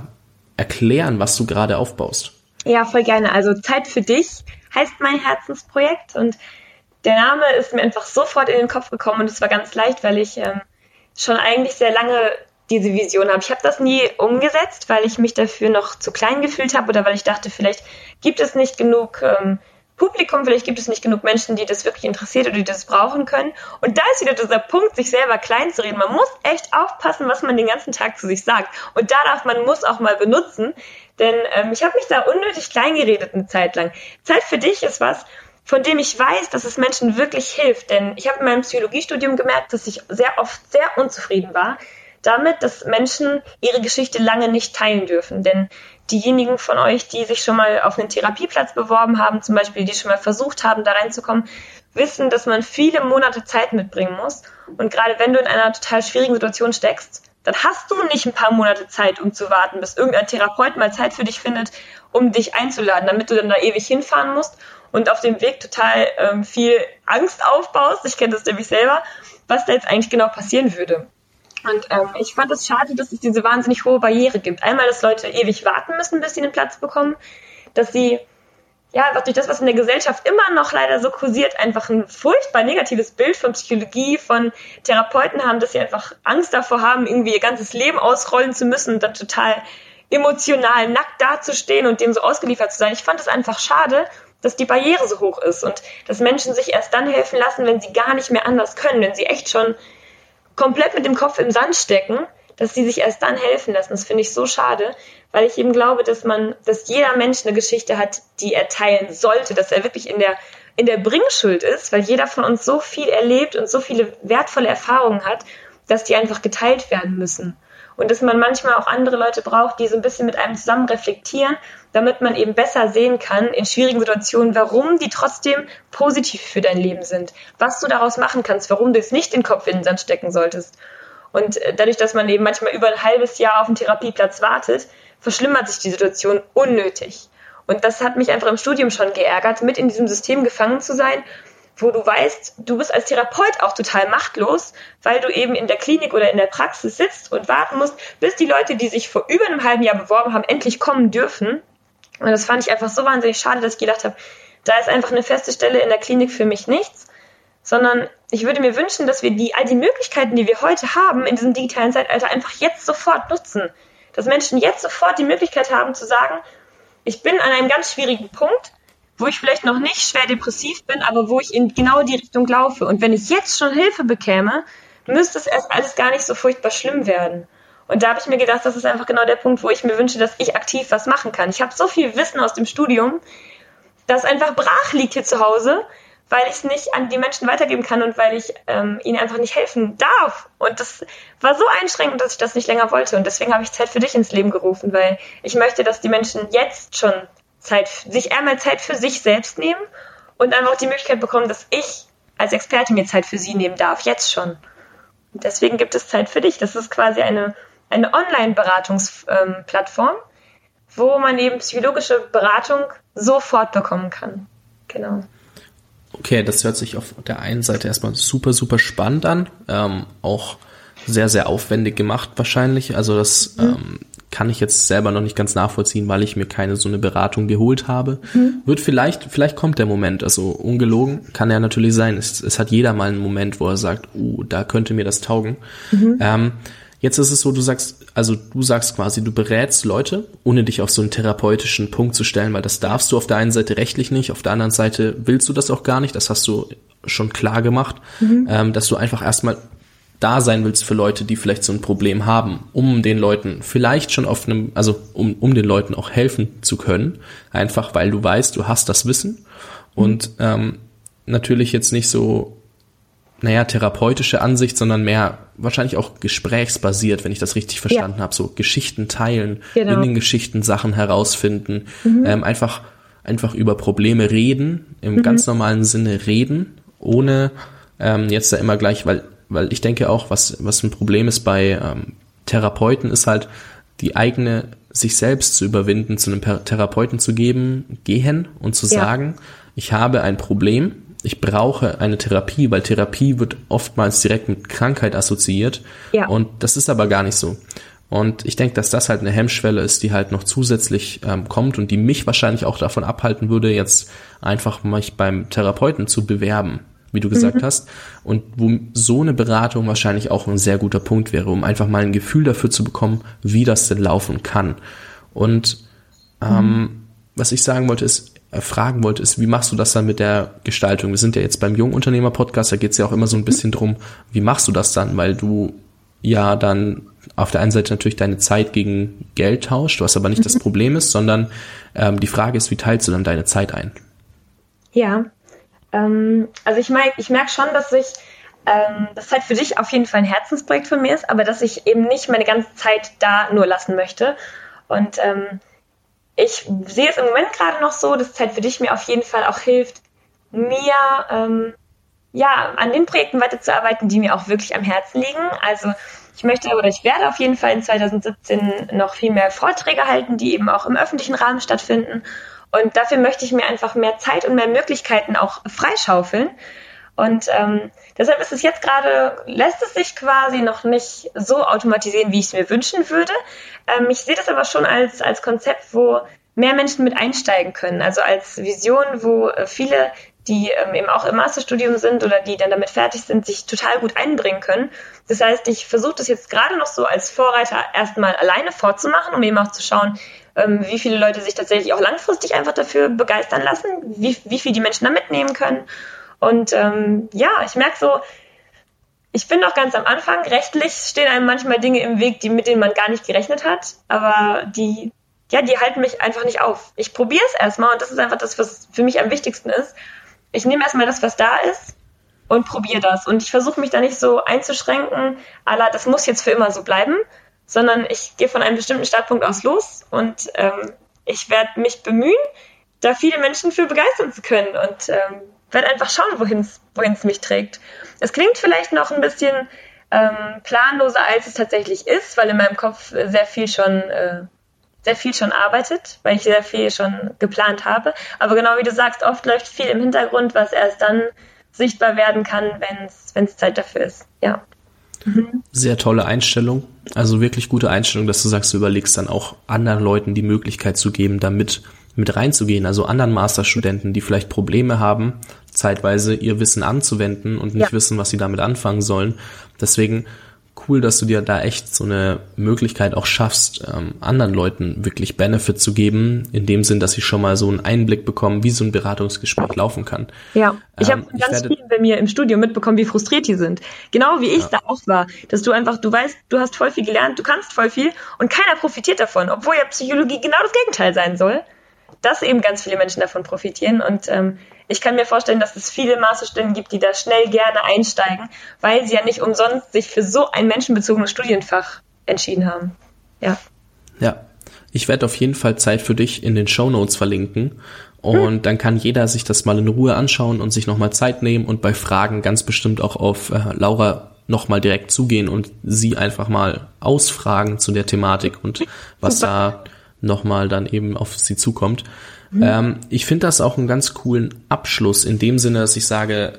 S1: erklären, was du gerade aufbaust?
S2: Ja, voll gerne. Also Zeit für dich heißt mein Herzensprojekt und der Name ist mir einfach sofort in den Kopf gekommen und es war ganz leicht, weil ich schon eigentlich sehr lange diese Vision habe. Ich habe das nie umgesetzt, weil ich mich dafür noch zu klein gefühlt habe oder weil ich dachte, vielleicht gibt es nicht genug Publikum, vielleicht gibt es nicht genug Menschen, die das wirklich interessiert oder die das brauchen können. Und da ist wieder dieser Punkt, sich selber klein zu reden. Man muss echt aufpassen, was man den ganzen Tag zu sich sagt. Und muss auch mal benutzen, denn ich habe mich da unnötig klein geredet eine Zeit lang. Zeit für dich ist was, von dem ich weiß, dass es Menschen wirklich hilft. Denn ich habe in meinem Psychologiestudium gemerkt, dass ich sehr oft sehr unzufrieden war damit, dass Menschen ihre Geschichte lange nicht teilen dürfen. Denn diejenigen von euch, die sich schon mal auf einen Therapieplatz beworben haben, zum Beispiel, die schon mal versucht haben, da reinzukommen, wissen, dass man viele Monate Zeit mitbringen muss. Und gerade wenn du in einer total schwierigen Situation steckst, dann hast du nicht ein paar Monate Zeit, um zu warten, bis irgendein Therapeut mal Zeit für dich findet, um dich einzuladen, damit du dann da ewig hinfahren musst und auf dem Weg total viel Angst aufbaust. Ich kenne das nämlich selber, was da jetzt eigentlich genau passieren würde. Und ich fand es schade, dass es diese wahnsinnig hohe Barriere gibt. Einmal, dass Leute ewig warten müssen, bis sie den Platz bekommen, dass sie, einfach durch das, was in der Gesellschaft immer noch leider so kursiert, einfach ein furchtbar negatives Bild von Psychologie, von Therapeuten haben, dass sie einfach Angst davor haben, irgendwie ihr ganzes Leben ausrollen zu müssen und dann total emotional nackt dazustehen und dem so ausgeliefert zu sein. Ich fand es einfach schade, dass die Barriere so hoch ist und dass Menschen sich erst dann helfen lassen, wenn sie gar nicht mehr anders können, wenn sie echt schon komplett mit dem Kopf im Sand stecken, dass sie sich erst dann helfen lassen. Das finde ich so schade, weil ich eben glaube, dass jeder Mensch eine Geschichte hat, die er teilen sollte, dass er wirklich in der Bringschuld ist, weil jeder von uns so viel erlebt und so viele wertvolle Erfahrungen hat, dass die einfach geteilt werden müssen. und dass man manchmal auch andere Leute braucht, die so ein bisschen mit einem zusammen reflektieren, damit man eben besser sehen kann in schwierigen Situationen, warum die trotzdem positiv für dein Leben sind, was du daraus machen kannst, warum du jetzt nicht den Kopf in den Sand stecken solltest. Und dadurch, dass man eben manchmal über ein halbes Jahr auf den Therapieplatz wartet, verschlimmert sich die Situation unnötig. Und das hat mich einfach im Studium schon geärgert, mit in diesem System gefangen zu sein, wo du weißt, du bist als Therapeut auch total machtlos, weil du eben in der Klinik oder in der Praxis sitzt und warten musst, bis die Leute, die sich vor über einem halben Jahr beworben haben, endlich kommen dürfen. Und das fand ich einfach so wahnsinnig schade, dass ich gedacht habe, da ist einfach eine feste Stelle in der Klinik für mich nichts, sondern ich würde mir wünschen, dass wir all die Möglichkeiten, die wir heute haben in diesem digitalen Zeitalter, einfach jetzt sofort nutzen. Dass Menschen jetzt sofort die Möglichkeit haben zu sagen, ich bin an einem ganz schwierigen Punkt, wo ich vielleicht noch nicht schwer depressiv bin, aber wo ich in genau die Richtung laufe. Und wenn ich jetzt schon Hilfe bekäme, müsste es erst alles gar nicht so furchtbar schlimm werden. Und da habe ich mir gedacht, das ist einfach genau der Punkt, wo ich mir wünsche, dass ich aktiv was machen kann. Ich habe so viel Wissen aus dem Studium, das einfach brach liegt hier zu Hause, weil ich es nicht an die Menschen weitergeben kann und weil ich ihnen einfach nicht helfen darf. Und das war so einschränkend, dass ich das nicht länger wollte. Und deswegen habe ich Zeit für dich ins Leben gerufen, weil ich möchte, dass die Menschen jetzt schon sich einmal Zeit für sich selbst nehmen und einfach auch die Möglichkeit bekommen, dass ich als Experte mir Zeit für sie nehmen darf, jetzt schon. Und deswegen gibt es Zeit für dich. Das ist quasi eine Online-Beratungsplattform, wo man eben psychologische Beratung sofort bekommen kann. Genau.
S1: Okay, das hört sich auf der einen Seite erstmal super, super spannend an. Auch sehr, sehr aufwendig gemacht wahrscheinlich. Also das kann ich jetzt selber noch nicht ganz nachvollziehen, weil ich mir keine so eine Beratung geholt habe. Wird vielleicht kommt der Moment, also ungelogen, kann ja natürlich sein. Es hat jeder mal einen Moment, wo er sagt, da könnte mir das taugen. Jetzt ist es so, du sagst quasi, du berätst Leute, ohne dich auf so einen therapeutischen Punkt zu stellen, weil das darfst du auf der einen Seite rechtlich nicht, auf der anderen Seite willst du das auch gar nicht, das hast du schon klar gemacht, dass du einfach erstmal da sein willst für Leute, die vielleicht so ein Problem haben, um den Leuten vielleicht schon um den Leuten auch helfen zu können, einfach weil du weißt, du hast das Wissen und natürlich jetzt nicht so therapeutische Ansicht, sondern mehr wahrscheinlich auch gesprächsbasiert, wenn ich das richtig verstanden habe. So Geschichten teilen, in den Geschichten Sachen herausfinden, einfach über Probleme reden, im ganz normalen Sinne reden, ohne jetzt da immer gleich, weil ich denke auch, was ein Problem ist bei Therapeuten, ist halt die eigene, sich selbst zu überwinden, zu einem Therapeuten zu gehen und zu sagen, ich habe ein Problem, ich brauche eine Therapie, weil Therapie wird oftmals direkt mit Krankheit assoziiert. Ja. Und das ist aber gar nicht so. Und ich denke, dass das halt eine Hemmschwelle ist, die halt noch zusätzlich kommt und die mich wahrscheinlich auch davon abhalten würde, jetzt einfach mich beim Therapeuten zu bewerben, wie du gesagt hast. Und wo so eine Beratung wahrscheinlich auch ein sehr guter Punkt wäre, um einfach mal ein Gefühl dafür zu bekommen, wie das denn laufen kann. Und was ich fragen wollte, ist, wie machst du das dann mit der Gestaltung? Wir sind ja jetzt beim Jungunternehmer-Podcast, da geht es ja auch immer so ein bisschen drum, wie machst du das dann? Weil du ja dann auf der einen Seite natürlich deine Zeit gegen Geld tauscht, was aber nicht das Problem ist, sondern die Frage ist, wie teilst du dann deine Zeit ein?
S2: Ja, also ich merke schon, dass das Zeit für dich auf jeden Fall ein Herzensprojekt von mir ist, aber dass ich eben nicht meine ganze Zeit da nur lassen möchte. Und ich sehe es im Moment gerade noch so, dass Zeit für dich mir auf jeden Fall auch hilft, mir an den Projekten weiterzuarbeiten, die mir auch wirklich am Herzen liegen. Also ich werde auf jeden Fall in 2017 noch viel mehr Vorträge halten, die eben auch im öffentlichen Rahmen stattfinden. Und dafür möchte ich mir einfach mehr Zeit und mehr Möglichkeiten auch freischaufeln. Und deshalb ist es jetzt gerade, lässt es sich quasi noch nicht so automatisieren, wie ich es mir wünschen würde. Ich sehe das aber schon als Konzept, wo mehr Menschen mit einsteigen können. Also als Vision, wo viele, die eben auch im Masterstudium sind oder die dann damit fertig sind, sich total gut einbringen können. Das heißt, ich versuche das jetzt gerade noch so als Vorreiter erstmal alleine vorzumachen, um eben auch zu schauen, wie viele Leute sich tatsächlich auch langfristig einfach dafür begeistern lassen, wie viel die Menschen da mitnehmen können. Und ich merke so, ich bin noch ganz am Anfang. Rechtlich stehen einem manchmal Dinge im Weg, mit denen man gar nicht gerechnet hat. Aber die halten mich einfach nicht auf. Ich probiere es erstmal und das ist einfach das, was für mich am wichtigsten ist. Ich nehme erstmal das, was da ist und probiere das. Und ich versuche mich da nicht so einzuschränken, das muss jetzt für immer so bleiben, sondern ich gehe von einem bestimmten Startpunkt aus los und ich werde mich bemühen, da viele Menschen für begeistern zu können und werde einfach schauen, wohin es mich trägt. Es klingt vielleicht noch ein bisschen planloser, als es tatsächlich ist, weil in meinem Kopf sehr viel schon arbeitet, weil ich sehr viel schon geplant habe. Aber genau wie du sagst, oft läuft viel im Hintergrund, was erst dann sichtbar werden kann, wenn es Zeit dafür ist. Ja.
S1: Sehr tolle Einstellung, also wirklich gute Einstellung, dass du sagst, du überlegst dann auch anderen Leuten die Möglichkeit zu geben, da mit reinzugehen, also anderen Masterstudenten, die vielleicht Probleme haben, zeitweise ihr Wissen anzuwenden und nicht wissen, was sie damit anfangen sollen. Deswegen cool, dass du dir da echt so eine Möglichkeit auch schaffst, anderen Leuten wirklich Benefit zu geben, in dem Sinn, dass sie schon mal so einen Einblick bekommen, wie so ein Beratungsgespräch laufen kann.
S2: Ja, ich habe ganz viel bei mir im Studium mitbekommen, wie frustriert die sind. Genau wie ich da auch war, dass du weißt, du hast voll viel gelernt, du kannst voll viel und keiner profitiert davon, obwohl ja Psychologie genau das Gegenteil sein soll, dass eben ganz viele Menschen davon profitieren und ich kann mir vorstellen, dass es viele Masterstudenten gibt, die da schnell gerne einsteigen, weil sie ja nicht umsonst sich für so ein menschenbezogenes Studienfach entschieden haben. Ja,
S1: ich werde auf jeden Fall Zeit für dich in den Shownotes verlinken und dann kann jeder sich das mal in Ruhe anschauen und sich nochmal Zeit nehmen und bei Fragen ganz bestimmt auch auf Laura nochmal direkt zugehen und sie einfach mal ausfragen zu der Thematik und was da nochmal dann eben auf sie zukommt. Ich finde das auch einen ganz coolen Abschluss in dem Sinne, dass ich sage,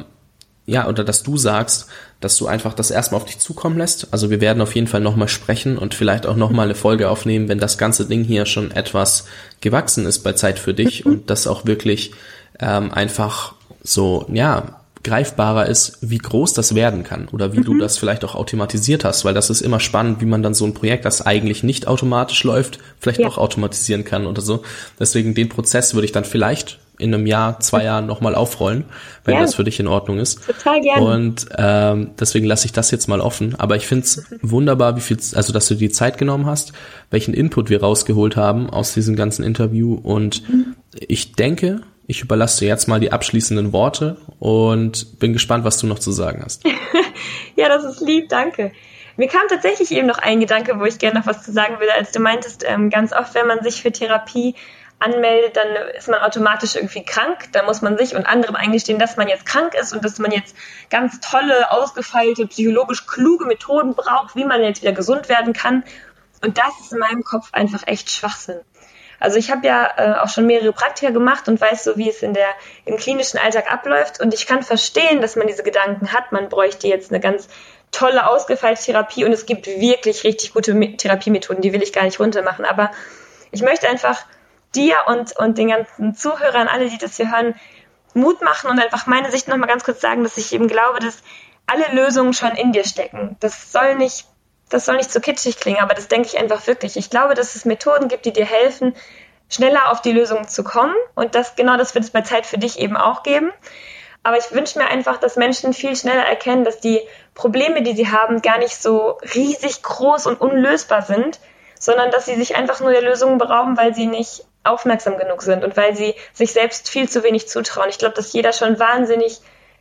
S1: oder dass du sagst, dass du einfach das erstmal auf dich zukommen lässt. Also wir werden auf jeden Fall nochmal sprechen und vielleicht auch nochmal eine Folge aufnehmen, wenn das ganze Ding hier schon etwas gewachsen ist bei Zeit für dich und das auch wirklich einfach so, greifbarer ist, wie groß das werden kann oder wie du das vielleicht auch automatisiert hast, weil das ist immer spannend, wie man dann so ein Projekt, das eigentlich nicht automatisch läuft, vielleicht auch automatisieren kann oder so. Deswegen den Prozess würde ich dann vielleicht in einem Jahr, 2 Jahren nochmal aufrollen, wenn das für dich in Ordnung ist.
S2: Total gerne.
S1: Und deswegen lasse ich das jetzt mal offen. Aber ich finde es wunderbar, dass du die Zeit genommen hast, welchen Input wir rausgeholt haben aus diesem ganzen Interview. Und ich denke, ich überlasse dir jetzt mal die abschließenden Worte und bin gespannt, was du noch zu sagen hast.
S2: Ja, das ist lieb, danke. Mir kam tatsächlich eben noch ein Gedanke, wo ich gerne noch was zu sagen würde, als du meintest, ganz oft, wenn man sich für Therapie anmeldet, dann ist man automatisch irgendwie krank. Da muss man sich und anderen eingestehen, dass man jetzt krank ist und dass man jetzt ganz tolle, ausgefeilte, psychologisch kluge Methoden braucht, wie man jetzt wieder gesund werden kann. Und das ist in meinem Kopf einfach echt Schwachsinn. Also ich habe ja auch schon mehrere Praktika gemacht und weiß so, wie es im klinischen Alltag abläuft. Und ich kann verstehen, dass man diese Gedanken hat. Man bräuchte jetzt eine ganz tolle, ausgefeilte Therapie und es gibt wirklich richtig gute Therapiemethoden, die will ich gar nicht runtermachen. Aber ich möchte einfach dir und den ganzen Zuhörern, alle, die das hier hören, Mut machen und einfach meine Sicht nochmal ganz kurz sagen, dass ich eben glaube, dass alle Lösungen schon in dir stecken. Das soll nicht so kitschig klingen, aber das denke ich einfach wirklich. Ich glaube, dass es Methoden gibt, die dir helfen, schneller auf die Lösung zu kommen. Und das wird es bei Zeit für dich eben auch geben. Aber ich wünsche mir einfach, dass Menschen viel schneller erkennen, dass die Probleme, die sie haben, gar nicht so riesig groß und unlösbar sind, sondern dass sie sich einfach nur der Lösungen berauben, weil sie nicht aufmerksam genug sind und weil sie sich selbst viel zu wenig zutrauen. Ich glaube, dass jeder schon wahnsinnig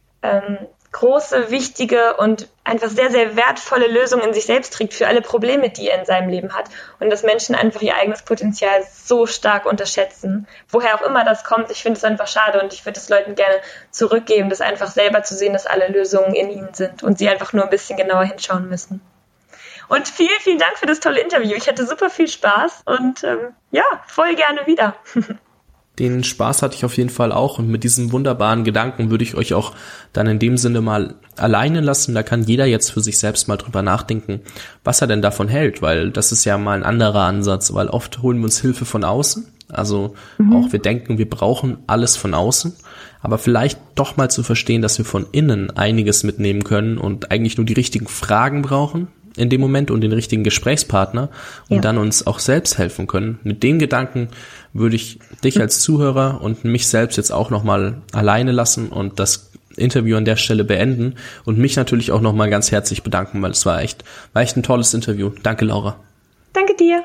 S2: große, wichtige und einfach sehr, sehr wertvolle Lösungen in sich selbst trägt für alle Probleme, die er in seinem Leben hat. Und dass Menschen einfach ihr eigenes Potenzial so stark unterschätzen. Woher auch immer das kommt, ich finde es einfach schade und ich würde es Leuten gerne zurückgeben, das einfach selber zu sehen, dass alle Lösungen in ihnen sind und sie einfach nur ein bisschen genauer hinschauen müssen. Und vielen, vielen Dank für das tolle Interview. Ich hatte super viel Spaß und voll gerne wieder.
S1: Den Spaß hatte ich auf jeden Fall auch und mit diesen wunderbaren Gedanken würde ich euch auch dann in dem Sinne mal alleine lassen. Da kann jeder jetzt für sich selbst mal drüber nachdenken, was er denn davon hält, weil das ist ja mal ein anderer Ansatz, weil oft holen wir uns Hilfe von außen. Also auch wir denken, wir brauchen alles von außen, aber vielleicht doch mal zu verstehen, dass wir von innen einiges mitnehmen können und eigentlich nur die richtigen Fragen brauchen in dem Moment und den richtigen Gesprächspartner und dann uns auch selbst helfen können. Mit den Gedanken würde ich dich als Zuhörer und mich selbst jetzt auch nochmal alleine lassen und das Interview an der Stelle beenden und mich natürlich auch nochmal ganz herzlich bedanken, weil es war echt ein tolles Interview. Danke, Laura.
S2: Danke dir.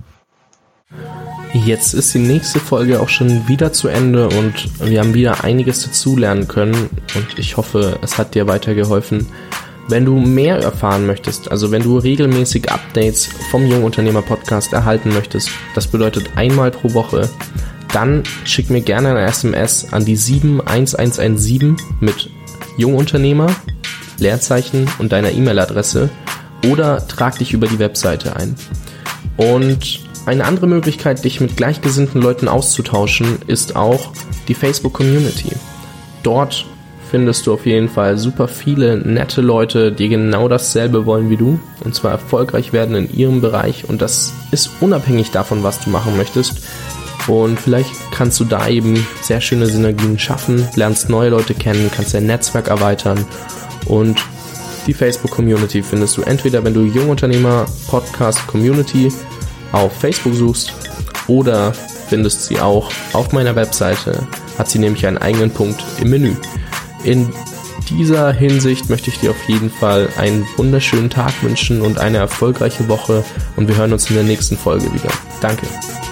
S1: Jetzt ist die nächste Folge auch schon wieder zu Ende und wir haben wieder einiges dazulernen können und ich hoffe, es hat dir weitergeholfen, Wenn du mehr erfahren möchtest, also wenn du regelmäßig Updates vom Jungunternehmer Podcast erhalten möchtest, das bedeutet einmal pro Woche, dann schick mir gerne eine SMS an die 71117 mit Jungunternehmer, Leerzeichen und deiner E-Mail-Adresse oder trag dich über die Webseite ein. Und eine andere Möglichkeit, dich mit gleichgesinnten Leuten auszutauschen, ist auch die Facebook-Community. Dort findest du auf jeden Fall super viele nette Leute, die genau dasselbe wollen wie du, und zwar erfolgreich werden in ihrem Bereich, und das ist unabhängig davon, was du machen möchtest. Und vielleicht kannst du da eben sehr schöne Synergien schaffen, lernst neue Leute kennen, kannst dein Netzwerk erweitern, und die Facebook-Community findest du entweder, wenn du Jungunternehmer Podcast Community auf Facebook suchst, oder findest sie auch auf meiner Webseite, hat sie nämlich einen eigenen Punkt im Menü. In dieser Hinsicht möchte ich dir auf jeden Fall einen wunderschönen Tag wünschen und eine erfolgreiche Woche, und wir hören uns in der nächsten Folge wieder. Danke.